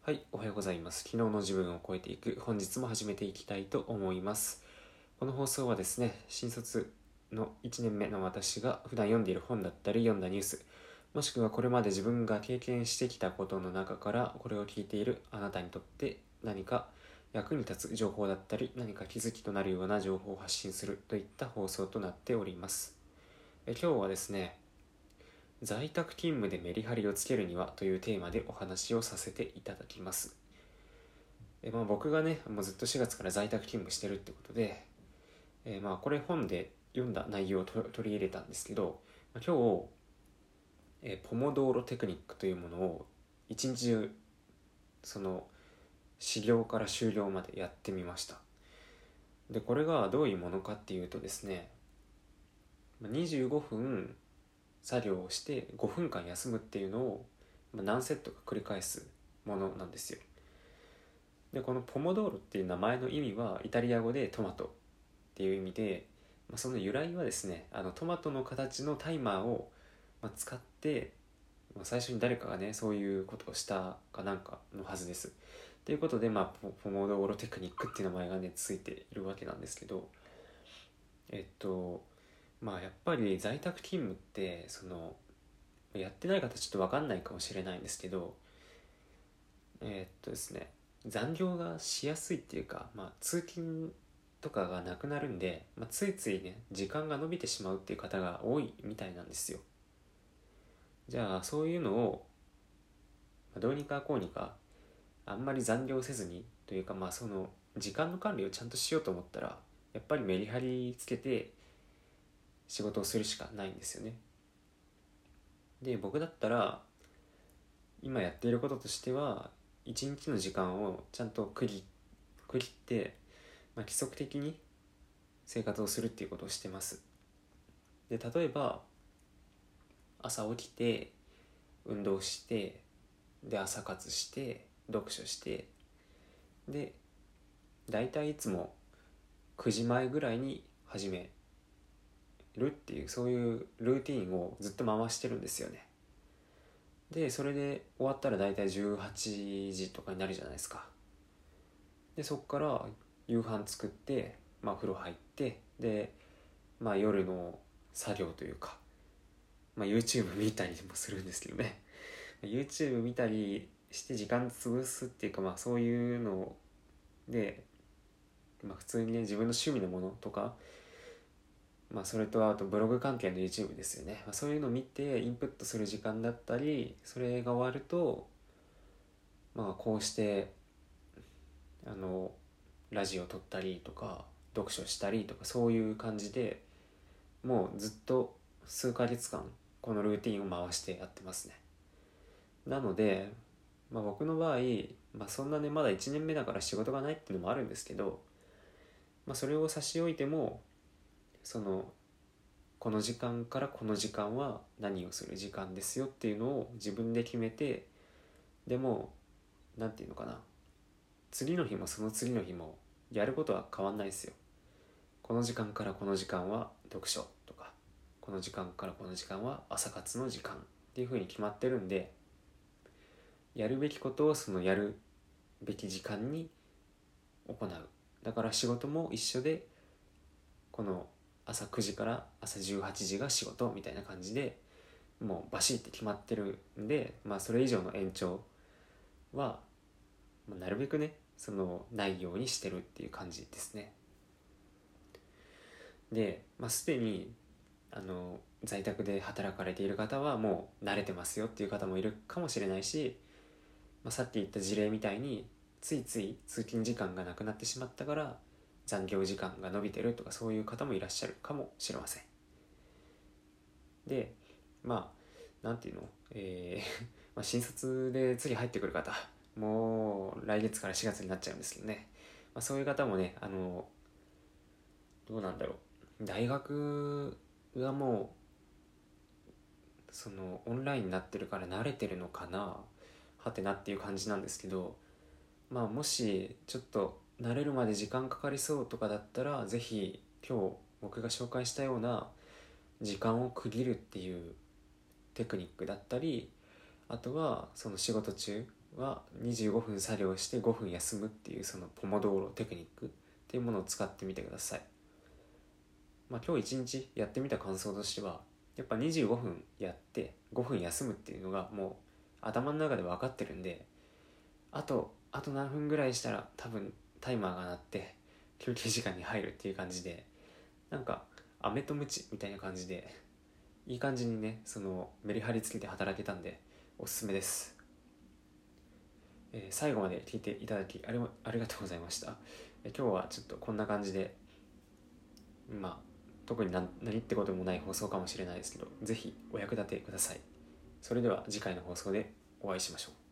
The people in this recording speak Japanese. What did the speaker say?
はい、おはようございます。昨日の自分を超えていく、本日も始めていきたいと思います。この放送はですね、新卒の1年目の私が普段読んでいる本だったり読んだニュース、もしくはこれまで自分が経験してきたことの中からこれを聞いているあなたにとって何か役に立つ情報だったり何か気づきとなるような情報を発信するといった放送となっております。今日はですね、在宅勤務でメリハリをつけるにはというテーマでお話をさせていただきます。僕がね、もうずっと4月から在宅勤務してるってことで、これ本で読んだ内容を取り入れたんですけど、今日、ポモドーロテクニックというものを一日中その始業から終了までやってみました。で、これがどういうものかっていうとですね、25分作業をして5分間休むっていうのを何セットか繰り返すものなんですよ。で、このポモドーロっていう名前の意味はイタリア語でトマトっていう意味で、その由来はですね、トマトの形のタイマーを使って、最初に誰かがねそういうことをしたかなんかのはずです。ということで、ポモドーロテクニックっていう名前がねついているわけなんですけど、やっぱり在宅勤務ってやってない方ちょっと分かんないかもしれないんですけど、ですね、残業がしやすいっていうか、通勤とかがなくなるんで、ついついね時間が延びてしまうっていう方が多いみたいなんですよ。じゃあそういうのをどうにかこうにかあんまり残業せずにというか、その時間の管理をちゃんとしようと思ったらやっぱりメリハリつけて仕事をするしかないんですよね。で、僕だったら今やっていることとしては一日の時間をちゃんと区切って、規則的に生活をするっていうことをしてます。で、例えば朝起きて運動して、で朝活して読書して、でだいたいいつも9時前ぐらいに始めるっていう、そういうルーティンをずっと回してるんですよね。でそれで終わったらだいたい18時とかになるじゃないですか。でそこから夕飯作って、風呂入って、で、夜の作業というか、YouTube 見たりもするんですけどねYouTube 見たりして時間潰すっていうか、そういうので、普通にね自分の趣味のものとか、それとあとブログ関係の YouTube ですよね、そういうのを見てインプットする時間だったり、それが終わるとこうしてラジオ撮ったりとか読書したりとか、そういう感じでもうずっと数ヶ月間このルーティンを回してやってますね。なので、僕の場合、そんなねまだ1年目だから仕事がないっていうのもあるんですけど、それを差し置いてもこの時間からこの時間は何をする時間ですよっていうのを自分で決めて、でもなんていうのかな、次の日もその次の日もやることは変わんないですよ。この時間からこの時間は読書とか、この時間からこの時間は朝活の時間っていう風に決まってるんで、やるべきことをそのやるべき時間に行う。だから仕事も一緒で、この朝9時から朝18時が仕事みたいな感じでもうバシッて決まってるんで、それ以上の延長はなるべくねないようにしてるっていう感じですね。で、すでに在宅で働かれている方はもう慣れてますよっていう方もいるかもしれないし、さっき言った事例みたいについつい通勤時間がなくなってしまったから残業時間が伸びてるとか、そういう方もいらっしゃるかもしれません。で、なんていうの、新卒で次入ってくる方、もう来月から4月になっちゃうんですけどね、そういう方もね、どうなんだろう、大学がもうオンラインになってるから慣れてるのかなはてなっていう感じなんですけど、もしちょっと慣れるまで時間かかりそうとかだったら、ぜひ今日僕が紹介したような時間を区切るっていうテクニックだったり、あとはその仕事中は25分作業して5分休むっていう、そのポモドーロテクニックっていうものを使ってみてください。今日一日やってみた感想としては、やっぱ25分やって5分休むっていうのがもう頭の中で分かってるんで、あと何分ぐらいしたら多分タイマーが鳴って休憩時間に入るっていう感じで、なんか飴とムチみたいな感じでいい感じにね、そのメリハリつけて働けたんでおすすめです。最後まで聞いていただきありがとうございました。今日はちょっとこんな感じで、特に何ってこともない放送かもしれないですけど、ぜひお役立てください。それでは次回の放送でお会いしましょう。